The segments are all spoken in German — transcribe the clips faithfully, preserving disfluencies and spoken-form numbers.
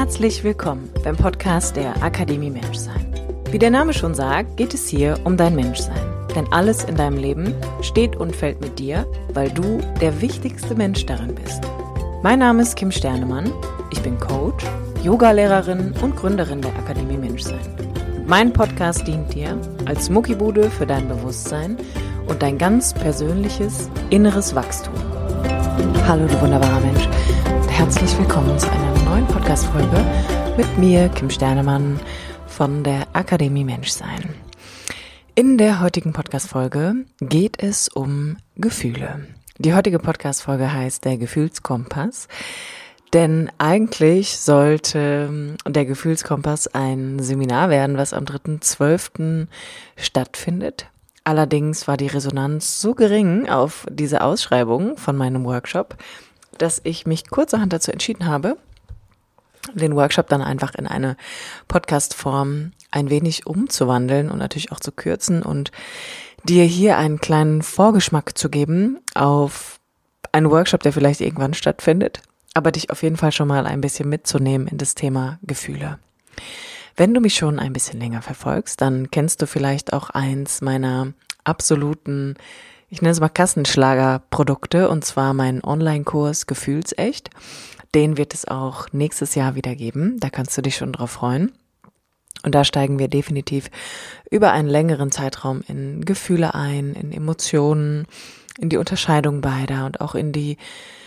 Herzlich willkommen beim Podcast der Akademie Menschsein. Wie der Name schon sagt, geht es hier um dein Menschsein. Denn alles in deinem Leben steht und fällt mit dir, weil du der wichtigste Mensch darin bist. Mein Name ist Kim Sternemann, ich bin Coach, Yogalehrerin und Gründerin der Akademie Menschsein. Mein Podcast dient dir als Muckibude für dein Bewusstsein und dein ganz persönliches inneres Wachstum. Hallo du wunderbarer Mensch und herzlich willkommen zu einer neuen Podcast-Folge mit mir, Kim Sternemann von der Akademie Menschsein. In der heutigen Podcast-Folge geht es um Gefühle. Die heutige Podcast-Folge heißt der Gefühlskompass, denn eigentlich sollte der Gefühlskompass ein Seminar werden, was am dritten zwölften stattfindet. Allerdings war die Resonanz so gering auf diese Ausschreibung von meinem Workshop, dass ich mich kurzerhand dazu entschieden habe, den Workshop dann einfach in eine Podcast-Form ein wenig umzuwandeln und natürlich auch zu kürzen und dir hier einen kleinen Vorgeschmack zu geben auf einen Workshop, der vielleicht irgendwann stattfindet, aber dich auf jeden Fall schon mal ein bisschen mitzunehmen in das Thema Gefühle. Wenn du mich schon ein bisschen länger verfolgst, dann kennst du vielleicht auch eins meiner absoluten, ich nenne es mal Kassenschlager-Produkte, und zwar meinen Online-Kurs Gefühlsecht. Den wird es auch nächstes Jahr wieder geben, da kannst du dich schon drauf freuen. Und da steigen wir definitiv über einen längeren Zeitraum in Gefühle ein, in Emotionen, in die Unterscheidung beider und auch in die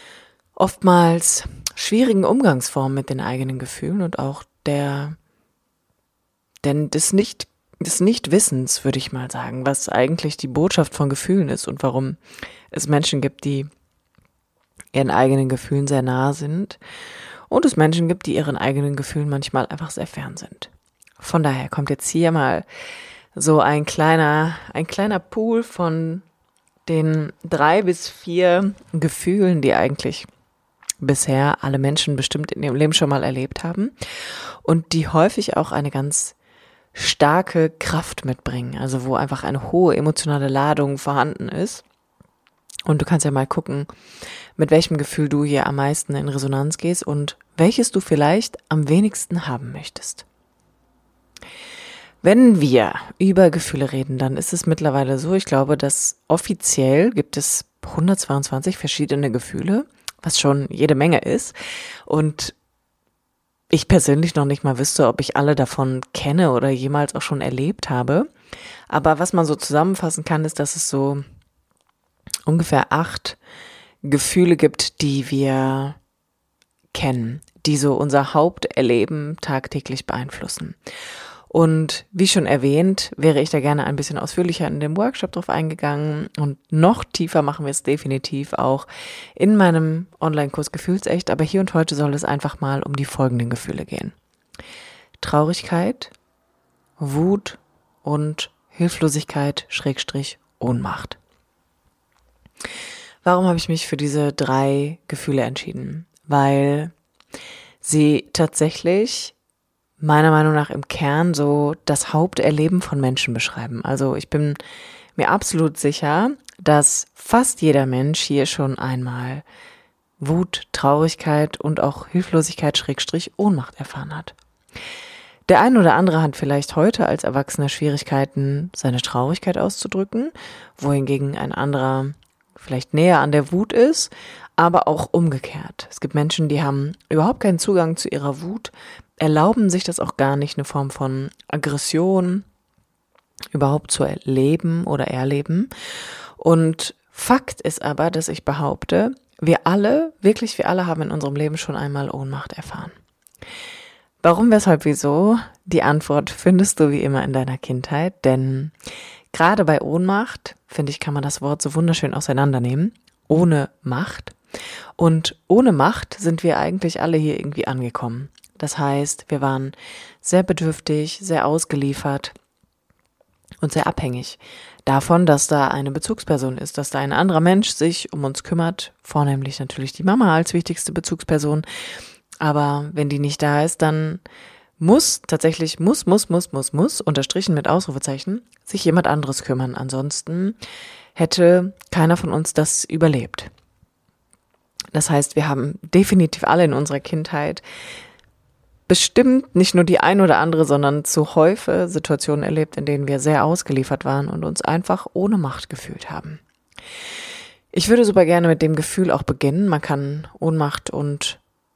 oftmals schwierigen Umgangsformen mit den eigenen Gefühlen und auch der, denn des nicht, des Nichtwissens, würde ich mal sagen, was eigentlich die Botschaft von Gefühlen ist und warum es Menschen gibt, die ihren eigenen Gefühlen sehr nah sind und es Menschen gibt, die ihren eigenen Gefühlen manchmal einfach sehr fern sind. Von daher kommt jetzt hier mal so ein kleiner, ein kleiner Pool von den drei bis vier Gefühlen, die eigentlich bisher alle Menschen bestimmt in ihrem Leben schon mal erlebt haben und die häufig auch eine ganz starke Kraft mitbringen, also wo einfach eine hohe emotionale Ladung vorhanden ist. Und du kannst ja mal gucken, mit welchem Gefühl du hier am meisten in Resonanz gehst und welches du vielleicht am wenigsten haben möchtest. Wenn wir über Gefühle reden, dann ist es mittlerweile so, ich glaube, dass offiziell gibt es hundertzweiundzwanzig verschiedene Gefühle, was schon jede Menge ist. Und ich persönlich noch nicht mal wüsste, ob ich alle davon kenne oder jemals auch schon erlebt habe. Aber was man so zusammenfassen kann, ist, dass es so ungefähr acht Gefühle gibt, die wir kennen, die so unser Haupterleben tagtäglich beeinflussen. Und wie schon erwähnt, wäre ich da gerne ein bisschen ausführlicher in dem Workshop drauf eingegangen und noch tiefer machen wir es definitiv auch in meinem Online-Kurs Gefühlsecht, aber hier und heute soll es einfach mal um die folgenden Gefühle gehen. Traurigkeit, Wut und Hilflosigkeit, Schrägstrich, Ohnmacht. Warum habe ich mich für diese drei Gefühle entschieden? Weil sie tatsächlich meiner Meinung nach im Kern so das Haupterleben von Menschen beschreiben. Also ich bin mir absolut sicher, dass fast jeder Mensch hier schon einmal Wut, Traurigkeit und auch Hilflosigkeit, Schrägstrich, Ohnmacht erfahren hat. Der ein oder andere hat vielleicht heute als Erwachsener Schwierigkeiten, seine Traurigkeit auszudrücken, wohingegen ein anderer vielleicht näher an der Wut ist, aber auch umgekehrt. Es gibt Menschen, die haben überhaupt keinen Zugang zu ihrer Wut, erlauben sich das auch gar nicht, eine Form von Aggression überhaupt zu erleben oder erleben. Und Fakt ist aber, dass ich behaupte, wir alle, wirklich wir alle haben in unserem Leben schon einmal Ohnmacht erfahren. Warum, weshalb, wieso? Die Antwort findest du wie immer in deiner Kindheit, denn gerade bei Ohnmacht, finde ich, kann man das Wort so wunderschön auseinandernehmen. Ohne Macht. Und ohne Macht sind wir eigentlich alle hier irgendwie angekommen. Das heißt, wir waren sehr bedürftig, sehr ausgeliefert und sehr abhängig davon, dass da eine Bezugsperson ist, dass da ein anderer Mensch sich um uns kümmert, vornehmlich natürlich die Mama als wichtigste Bezugsperson. Aber wenn die nicht da ist, dann muss, tatsächlich muss, muss, muss, muss, muss, unterstrichen mit Ausrufezeichen, sich jemand anderes kümmern. Ansonsten hätte keiner von uns das überlebt. Das heißt, wir haben definitiv alle in unserer Kindheit bestimmt nicht nur die ein oder andere, sondern zu Häufe Situationen erlebt, in denen wir sehr ausgeliefert waren und uns einfach ohne Macht gefühlt haben. Ich würde super gerne mit dem Gefühl auch beginnen. Man kann Ohnmacht und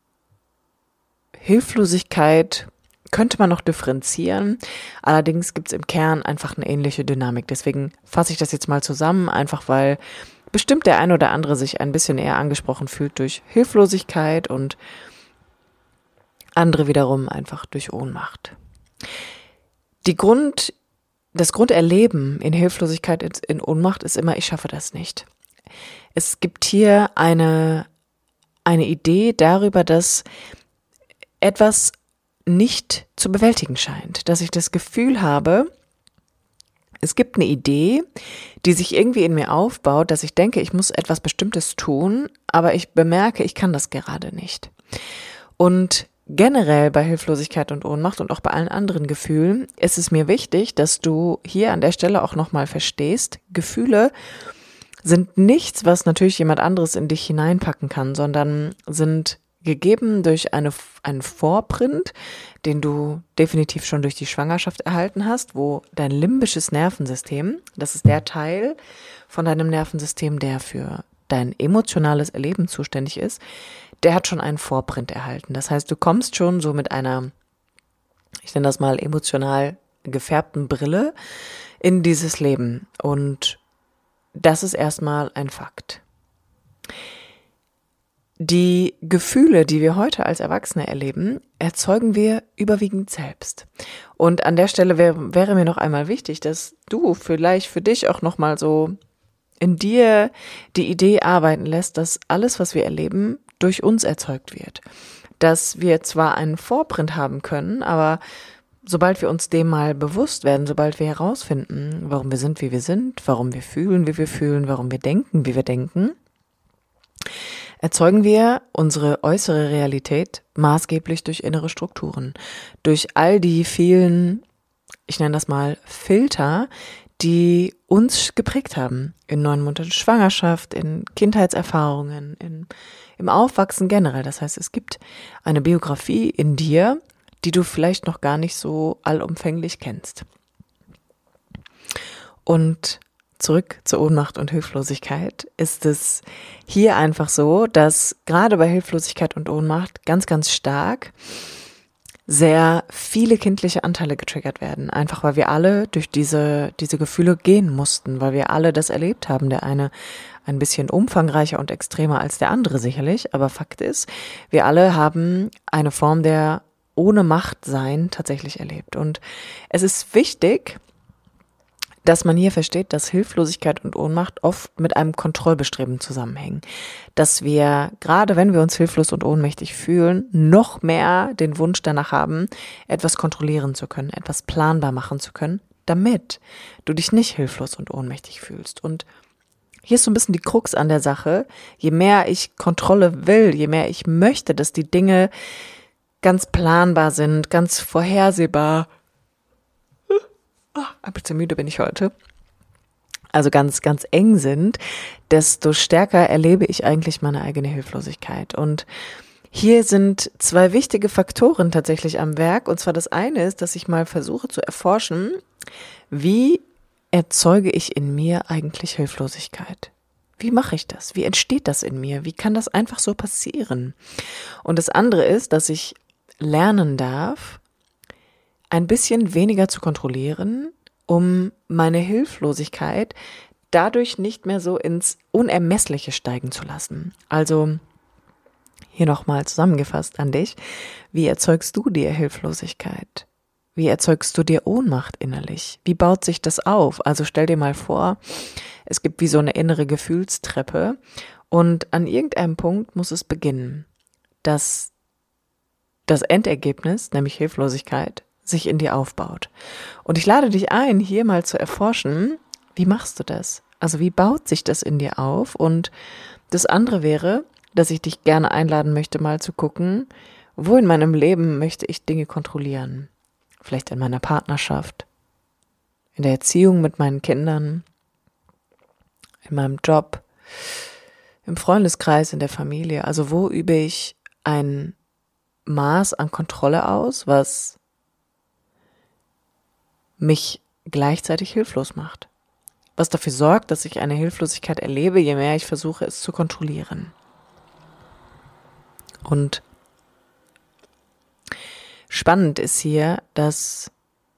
Hilflosigkeit könnte man noch differenzieren. Allerdings gibt es im Kern einfach eine ähnliche Dynamik. Deswegen fasse ich das jetzt mal zusammen, einfach weil bestimmt der ein oder andere sich ein bisschen eher angesprochen fühlt durch Hilflosigkeit und andere wiederum einfach durch Ohnmacht. Die Grund, das Grunderleben in Hilflosigkeit, in Ohnmacht ist immer, ich schaffe das nicht. Es gibt hier eine, eine Idee darüber, dass etwas nicht zu bewältigen scheint, dass ich das Gefühl habe, es gibt eine Idee, die sich irgendwie in mir aufbaut, dass ich denke, ich muss etwas Bestimmtes tun, aber ich bemerke, ich kann das gerade nicht. Und generell bei Hilflosigkeit und Ohnmacht und auch bei allen anderen Gefühlen ist es mir wichtig, dass du hier an der Stelle auch nochmal verstehst, Gefühle sind nichts, was natürlich jemand anderes in dich hineinpacken kann, sondern sind gegeben durch eine, einen Vorprint, den du definitiv schon durch die Schwangerschaft erhalten hast, wo dein limbisches Nervensystem, das ist der Teil von deinem Nervensystem, der für dein emotionales Erleben zuständig ist, der hat schon einen Vorprint erhalten. Das heißt, du kommst schon so mit einer, ich nenne das mal emotional gefärbten Brille in dieses Leben. Und das ist erstmal ein Fakt. Die Gefühle, die wir heute als Erwachsene erleben, erzeugen wir überwiegend selbst. Und an der Stelle wär, wäre mir noch einmal wichtig, dass du vielleicht für dich auch nochmal so in dir die Idee arbeiten lässt, dass alles, was wir erleben, durch uns erzeugt wird. Dass wir zwar einen Vorprint haben können, aber sobald wir uns dem mal bewusst werden, sobald wir herausfinden, warum wir sind, wie wir sind, warum wir fühlen, wie wir fühlen, warum wir denken, wie wir denken, erzeugen wir unsere äußere Realität maßgeblich durch innere Strukturen, durch all die vielen, ich nenne das mal Filter, die uns geprägt haben in neun Monaten Schwangerschaft, in Kindheitserfahrungen, in, im Aufwachsen generell. Das heißt, es gibt eine Biografie in dir, die du vielleicht noch gar nicht so allumfänglich kennst. Und zurück zur Ohnmacht und Hilflosigkeit ist es hier einfach so, dass gerade bei Hilflosigkeit und Ohnmacht ganz, ganz stark sehr viele kindliche Anteile getriggert werden. Einfach weil wir alle durch diese, diese Gefühle gehen mussten, weil wir alle das erlebt haben. Der eine ein bisschen umfangreicher und extremer als der andere sicherlich, aber Fakt ist, wir alle haben eine Form der ohne Macht sein tatsächlich erlebt. Und es ist wichtig, dass man hier versteht, dass Hilflosigkeit und Ohnmacht oft mit einem Kontrollbestreben zusammenhängen. Dass wir, gerade wenn wir uns hilflos und ohnmächtig fühlen, noch mehr den Wunsch danach haben, etwas kontrollieren zu können, etwas planbar machen zu können, damit du dich nicht hilflos und ohnmächtig fühlst. Und hier ist so ein bisschen die Krux an der Sache. Je mehr ich Kontrolle will, je mehr ich möchte, dass die Dinge ganz planbar sind, ganz vorhersehbar, ein bisschen müde bin ich heute, also ganz, ganz eng sind, desto stärker erlebe ich eigentlich meine eigene Hilflosigkeit. Und hier sind zwei wichtige Faktoren tatsächlich am Werk. Und zwar das eine ist, dass ich mal versuche zu erforschen, wie erzeuge ich in mir eigentlich Hilflosigkeit? Wie mache ich das? Wie entsteht das in mir? Wie kann das einfach so passieren? Und das andere ist, dass ich lernen darf, ein bisschen weniger zu kontrollieren, um meine Hilflosigkeit dadurch nicht mehr so ins Unermessliche steigen zu lassen. Also hier nochmal zusammengefasst an dich, wie erzeugst du dir Hilflosigkeit? Wie erzeugst du dir Ohnmacht innerlich? Wie baut sich das auf? Also stell dir mal vor, es gibt wie so eine innere Gefühlstreppe und an irgendeinem Punkt muss es beginnen, dass das Endergebnis, nämlich Hilflosigkeit, sich in dir aufbaut. Und ich lade dich ein, hier mal zu erforschen, wie machst du das? Also wie baut sich das in dir auf? Und das andere wäre, dass ich dich gerne einladen möchte, mal zu gucken, wo in meinem Leben möchte ich Dinge kontrollieren? Vielleicht in meiner Partnerschaft, in der Erziehung mit meinen Kindern, in meinem Job, im Freundeskreis, in der Familie. Also wo übe ich ein Maß an Kontrolle aus, was mich gleichzeitig hilflos macht. Was dafür sorgt, dass ich eine Hilflosigkeit erlebe, je mehr ich versuche, es zu kontrollieren. Und spannend ist hier, dass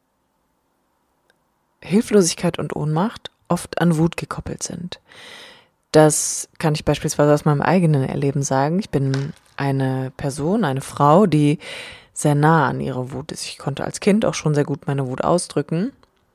Hilflosigkeit und Ohnmacht oft an Wut gekoppelt sind. Das kann ich beispielsweise aus meinem eigenen Erleben sagen. Ich bin eine Person, eine Frau, die sehr nah an ihrer Wut ist. Ich konnte als Kind auch schon sehr gut meine Wut ausdrücken.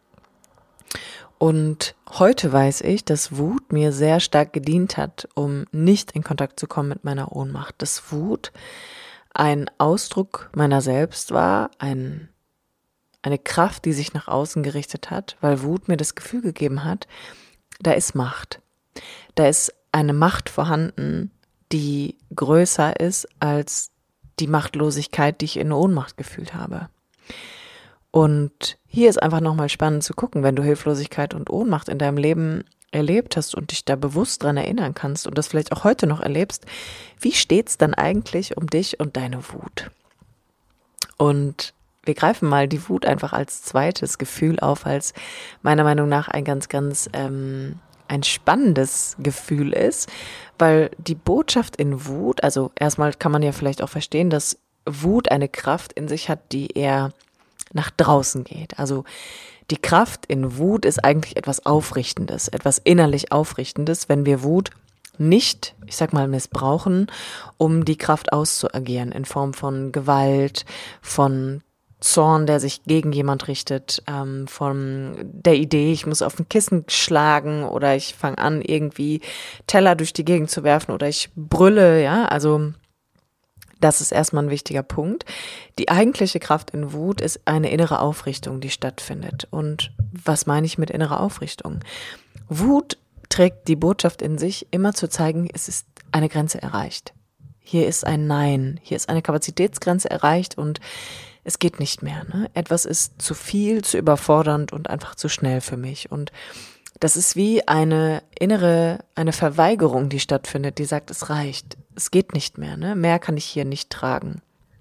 Und heute weiß ich, dass Wut mir sehr stark gedient hat, um nicht in Kontakt zu kommen mit meiner Ohnmacht. Dass Wut ein Ausdruck meiner selbst war, ein, eine Kraft, die sich nach außen gerichtet hat, weil Wut mir das Gefühl gegeben hat, da ist Macht. Da ist eine Macht vorhanden, die größer ist als die Machtlosigkeit, die ich in Ohnmacht gefühlt habe. Und hier ist einfach nochmal spannend zu gucken, wenn du Hilflosigkeit und Ohnmacht in deinem Leben erlebt hast und dich da bewusst dran erinnern kannst und das vielleicht auch heute noch erlebst, wie steht's dann eigentlich um dich und deine Wut? Und wir greifen mal die Wut einfach als zweites Gefühl auf, als meiner Meinung nach ein ganz, ganz ähm, ein spannendes Gefühl ist, weil die Botschaft in Wut, also erstmal kann man ja vielleicht auch verstehen, dass Wut eine Kraft in sich hat, die eher nach draußen geht. Also die Kraft in Wut ist eigentlich etwas Aufrichtendes, etwas innerlich Aufrichtendes, wenn wir Wut nicht, ich sag mal, missbrauchen, um die Kraft auszuagieren in Form von Gewalt, von Zorn, der sich gegen jemand richtet, ähm, von der Idee, ich muss auf ein Kissen schlagen oder ich fange an, irgendwie Teller durch die Gegend zu werfen oder ich brülle, ja, also das ist erstmal ein wichtiger Punkt. Die eigentliche Kraft in Wut ist eine innere Aufrichtung, die stattfindet. Und was meine ich mit innerer Aufrichtung? Wut trägt die Botschaft in sich, immer zu zeigen, es ist eine Grenze erreicht. Hier ist ein Nein, hier ist eine Kapazitätsgrenze erreicht und es geht nicht mehr. Ne? Etwas ist zu viel, zu überfordernd und einfach zu schnell für mich. Und das ist wie eine innere, eine Verweigerung, die stattfindet, die sagt, es reicht, es geht nicht mehr, ne? Mehr kann ich hier nicht tragen.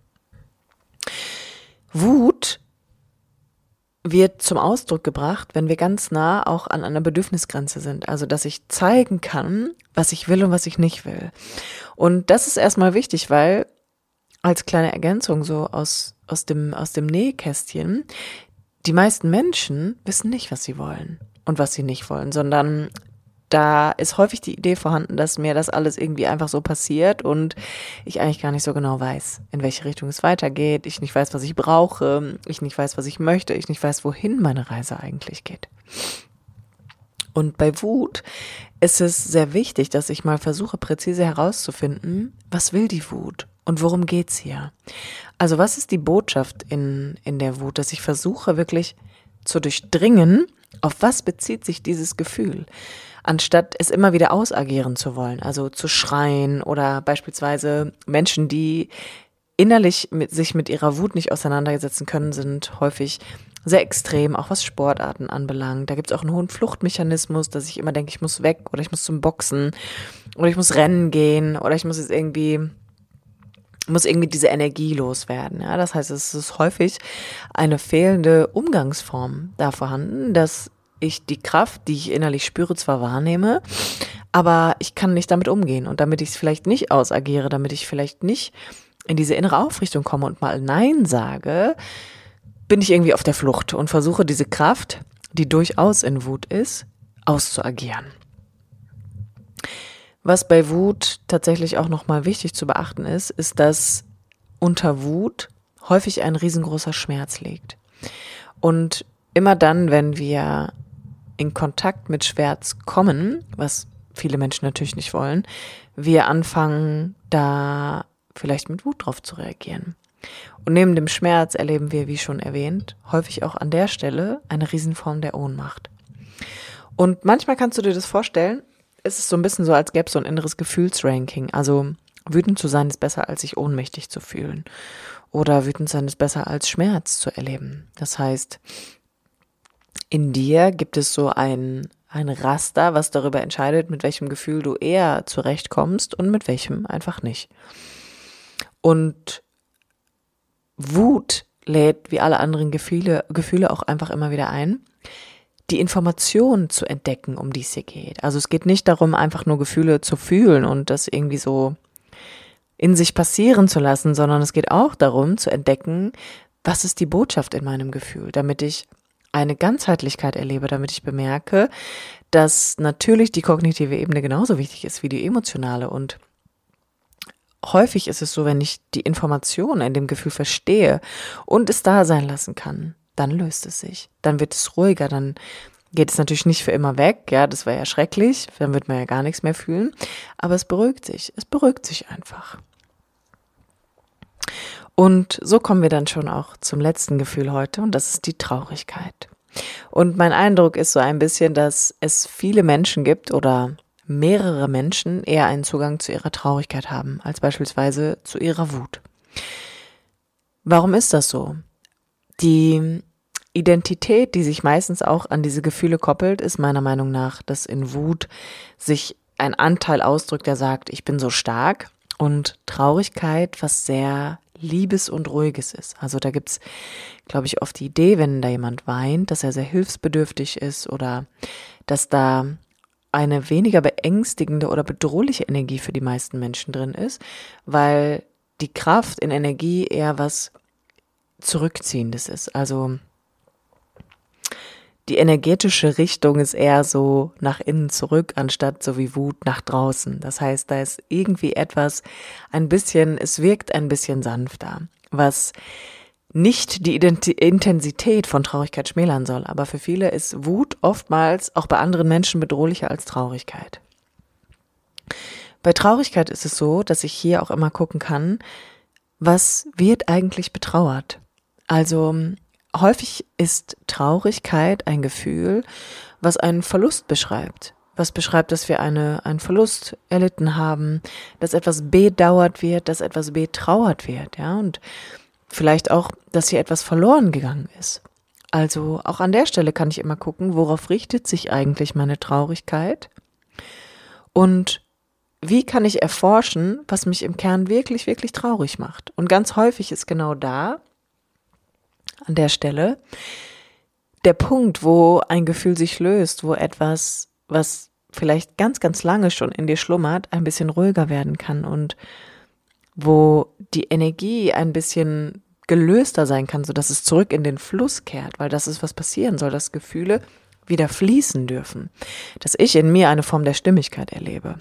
Wut wird zum Ausdruck gebracht, wenn wir ganz nah auch an einer Bedürfnisgrenze sind. Also, dass ich zeigen kann, was ich will und was ich nicht will. Und das ist erstmal wichtig, weil als kleine Ergänzung so aus, aus dem, aus dem Nähkästchen, die meisten Menschen wissen nicht, was sie wollen und was sie nicht wollen, sondern da ist häufig die Idee vorhanden, dass mir das alles irgendwie einfach so passiert und ich eigentlich gar nicht so genau weiß, in welche Richtung es weitergeht, ich nicht weiß, was ich brauche, ich nicht weiß, was ich möchte, ich nicht weiß, wohin meine Reise eigentlich geht. Und bei Wut ist es sehr wichtig, dass ich mal versuche, präzise herauszufinden, was will die Wut und worum geht's hier? Also was ist die Botschaft in, in der Wut, dass ich versuche wirklich zu durchdringen, auf was bezieht sich dieses Gefühl? Anstatt es immer wieder ausagieren zu wollen, also zu schreien oder beispielsweise Menschen, die innerlich mit, sich mit ihrer Wut nicht auseinandersetzen können, sind häufig sehr extrem, auch was Sportarten anbelangt. Da gibt es auch einen hohen Fluchtmechanismus, dass ich immer denke, ich muss weg oder ich muss zum Boxen oder ich muss rennen gehen oder ich muss jetzt irgendwie, muss irgendwie diese Energie loswerden. Ja, das heißt, es ist häufig eine fehlende Umgangsform da vorhanden, dass ich die Kraft, die ich innerlich spüre, zwar wahrnehme, aber ich kann nicht damit umgehen. Und damit ich es vielleicht nicht ausagiere, damit ich vielleicht nicht in diese innere Aufrichtung komme und mal Nein sage, bin ich irgendwie auf der Flucht und versuche diese Kraft, die durchaus in Wut ist, auszuagieren. Was bei Wut tatsächlich auch nochmal wichtig zu beachten ist, ist, dass unter Wut häufig ein riesengroßer Schmerz liegt. Und immer dann, wenn wir in Kontakt mit Schmerz kommen, was viele Menschen natürlich nicht wollen, wir anfangen, da vielleicht mit Wut drauf zu reagieren. Und neben dem Schmerz erleben wir, wie schon erwähnt, häufig auch an der Stelle eine Riesenform der Ohnmacht. Und manchmal kannst du dir das vorstellen, es ist so ein bisschen so, als gäbe es so ein inneres Gefühlsranking. Also wütend zu sein ist besser, als sich ohnmächtig zu fühlen. Oder wütend sein ist besser, als Schmerz zu erleben. Das heißt, in dir gibt es so ein, ein Raster, was darüber entscheidet, mit welchem Gefühl du eher zurechtkommst und mit welchem einfach nicht. Und Wut lädt wie alle anderen Gefühle, Gefühle auch einfach immer wieder ein, die Information zu entdecken, um die es hier geht. Also es geht nicht darum, einfach nur Gefühle zu fühlen und das irgendwie so in sich passieren zu lassen, sondern es geht auch darum zu entdecken, was ist die Botschaft in meinem Gefühl, damit ich eine Ganzheitlichkeit erlebe, damit ich bemerke, dass natürlich die kognitive Ebene genauso wichtig ist wie die emotionale. Und häufig ist es so, wenn ich die Information in dem Gefühl verstehe und es da sein lassen kann, dann löst es sich. Dann wird es ruhiger, dann geht es natürlich nicht für immer weg. Ja, das wäre ja schrecklich, dann wird man ja gar nichts mehr fühlen. Aber es beruhigt sich, es beruhigt sich einfach. Und so kommen wir dann schon auch zum letzten Gefühl heute und das ist die Traurigkeit. Und mein Eindruck ist so ein bisschen, dass es viele Menschen gibt oder mehrere Menschen eher einen Zugang zu ihrer Traurigkeit haben, als beispielsweise zu ihrer Wut. Warum ist das so? Die Identität, die sich meistens auch an diese Gefühle koppelt, ist meiner Meinung nach, dass in Wut sich ein Anteil ausdrückt, der sagt, ich bin so stark, und Traurigkeit, was sehr Liebes und Ruhiges ist. Also da gibt's, glaube ich, oft die Idee, wenn da jemand weint, dass er sehr hilfsbedürftig ist oder dass da eine weniger beängstigende oder bedrohliche Energie für die meisten Menschen drin ist, weil die Kraft in Energie eher was Zurückziehendes ist. Also die energetische Richtung ist eher so nach innen zurück, anstatt so wie Wut nach draußen. Das heißt, da ist irgendwie etwas ein bisschen, es wirkt ein bisschen sanfter, was nicht die Ident- Intensität von Traurigkeit schmälern soll. Aber für viele ist Wut oftmals auch bei anderen Menschen bedrohlicher als Traurigkeit. Bei Traurigkeit ist es so, dass ich hier auch immer gucken kann, was wird eigentlich betrauert? Also häufig ist Traurigkeit ein Gefühl, was einen Verlust beschreibt. Was beschreibt, dass wir eine, einen Verlust erlitten haben, dass etwas bedauert wird, dass etwas betrauert wird, ja, und vielleicht auch, dass hier etwas verloren gegangen ist. Also auch an der Stelle kann ich immer gucken, worauf richtet sich eigentlich meine Traurigkeit und wie kann ich erforschen, was mich im Kern wirklich, wirklich traurig macht. Und ganz häufig ist genau da, an der Stelle, der Punkt, wo ein Gefühl sich löst, wo etwas, was vielleicht ganz, ganz lange schon in dir schlummert, ein bisschen ruhiger werden kann und wo die Energie ein bisschen gelöster sein kann, sodass es zurück in den Fluss kehrt, weil das ist, was passieren soll, dass Gefühle wieder fließen dürfen, dass ich in mir eine Form der Stimmigkeit erlebe.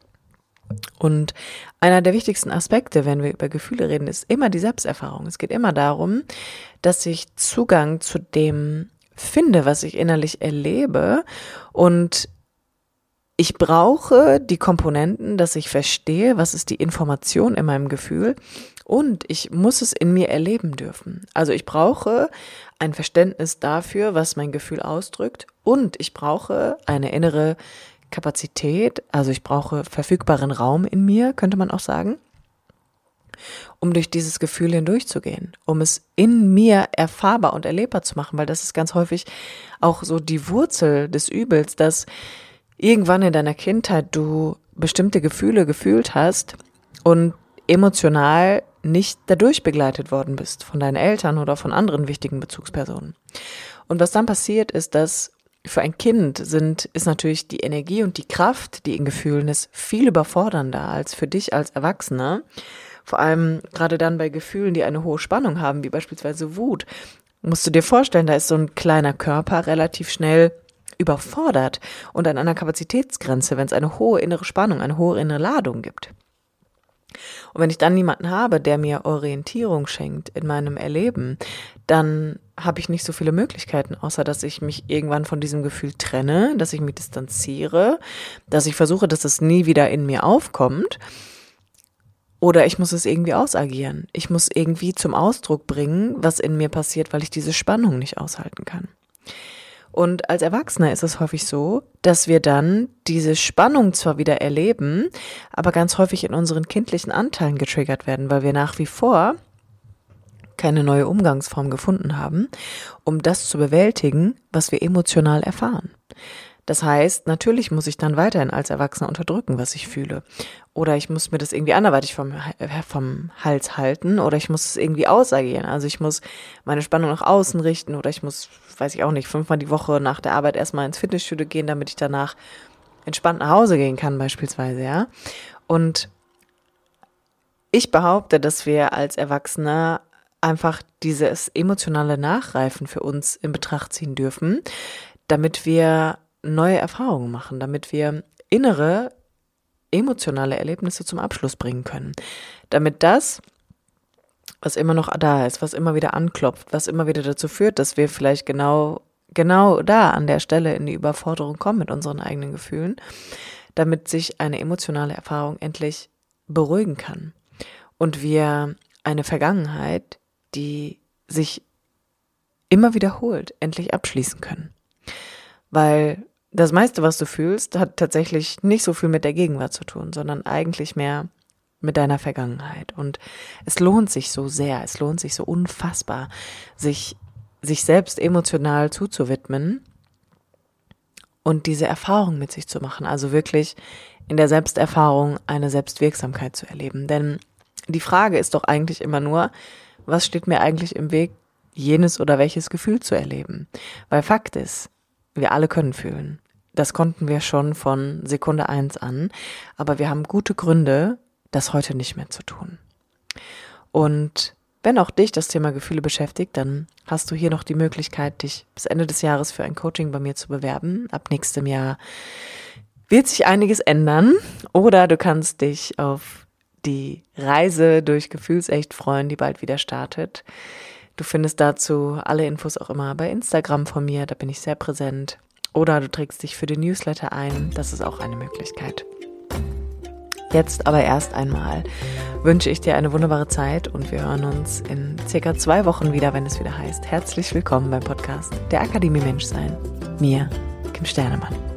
Und einer der wichtigsten Aspekte, wenn wir über Gefühle reden, ist immer die Selbsterfahrung. Es geht immer darum, dass ich Zugang zu dem finde, was ich innerlich erlebe, und ich brauche die Komponenten, dass ich verstehe, was ist die Information in meinem Gefühl, und ich muss es in mir erleben dürfen. Also ich brauche ein Verständnis dafür, was mein Gefühl ausdrückt, und ich brauche eine innere Kapazität, also ich brauche verfügbaren Raum in mir, könnte man auch sagen, um durch dieses Gefühl hindurchzugehen, um es in mir erfahrbar und erlebbar zu machen, weil das ist ganz häufig auch so die Wurzel des Übels, dass irgendwann in deiner Kindheit du bestimmte Gefühle gefühlt hast und emotional nicht dadurch begleitet worden bist von deinen Eltern oder von anderen wichtigen Bezugspersonen. Und was dann passiert ist, dass für ein Kind sind, ist natürlich die Energie und die Kraft, die in Gefühlen ist, viel überfordernder als für dich als Erwachsener. Vor allem gerade dann bei Gefühlen, die eine hohe Spannung haben, wie beispielsweise Wut. Musst du dir vorstellen, da ist so ein kleiner Körper relativ schnell überfordert und an einer Kapazitätsgrenze, wenn es eine hohe innere Spannung, eine hohe innere Ladung gibt. Und wenn ich dann niemanden habe, der mir Orientierung schenkt in meinem Erleben, dann habe ich nicht so viele Möglichkeiten, außer dass ich mich irgendwann von diesem Gefühl trenne, dass ich mich distanziere, dass ich versuche, dass es nie wieder in mir aufkommt. Oder ich muss es irgendwie ausagieren. Ich muss irgendwie zum Ausdruck bringen, was in mir passiert, weil ich diese Spannung nicht aushalten kann. Und als Erwachsener ist es häufig so, dass wir dann diese Spannung zwar wieder erleben, aber ganz häufig in unseren kindlichen Anteilen getriggert werden, weil wir nach wie vor keine neue Umgangsform gefunden haben, um das zu bewältigen, was wir emotional erfahren. Das heißt, natürlich muss ich dann weiterhin als Erwachsener unterdrücken, was ich fühle. oder ich muss mir das irgendwie anderweitig vom, vom Hals halten oder ich muss es irgendwie ausagieren. Also ich muss meine Spannung nach außen richten oder ich muss, weiß ich auch nicht, fünfmal die Woche nach der Arbeit erstmal ins Fitnessstudio gehen, damit ich danach entspannt nach Hause gehen kann beispielsweise, ja. Und ich behaupte, dass wir als Erwachsene einfach dieses emotionale Nachreifen für uns in Betracht ziehen dürfen, damit wir neue Erfahrungen machen, damit wir innere, emotionale Erlebnisse zum Abschluss bringen können. Damit das, was immer noch da ist, was immer wieder anklopft, was immer wieder dazu führt, dass wir vielleicht genau, genau da an der Stelle in die Überforderung kommen mit unseren eigenen Gefühlen, damit sich eine emotionale Erfahrung endlich beruhigen kann und wir eine Vergangenheit, die sich immer wiederholt, endlich abschließen können. Weil das meiste, was du fühlst, hat tatsächlich nicht so viel mit der Gegenwart zu tun, sondern eigentlich mehr mit deiner Vergangenheit. Und es lohnt sich so sehr, es lohnt sich so unfassbar, sich, sich selbst emotional zuzuwidmen und diese Erfahrung mit sich zu machen. Also wirklich in der Selbsterfahrung eine Selbstwirksamkeit zu erleben. Denn die Frage ist doch eigentlich immer nur, was steht mir eigentlich im Weg, jenes oder welches Gefühl zu erleben? Weil Fakt ist, wir alle können fühlen. Das konnten wir schon von Sekunde eins an, aber wir haben gute Gründe, das heute nicht mehr zu tun. Und wenn auch dich das Thema Gefühle beschäftigt, dann hast du hier noch die Möglichkeit, dich bis Ende des Jahres für ein Coaching bei mir zu bewerben. Ab nächstem Jahr wird sich einiges ändern oder du kannst dich auf die Reise durch Gefühlsecht freuen, die bald wieder startet. Du findest dazu alle Infos auch immer bei Instagram von mir, da bin ich sehr präsent. Oder du trägst dich für den Newsletter ein, das ist auch eine Möglichkeit. Jetzt aber erst einmal wünsche ich dir eine wunderbare Zeit und wir hören uns in circa zwei Wochen wieder, wenn es wieder heißt, herzlich willkommen beim Podcast der Akademie Menschsein. Mir, Kim Sternemann.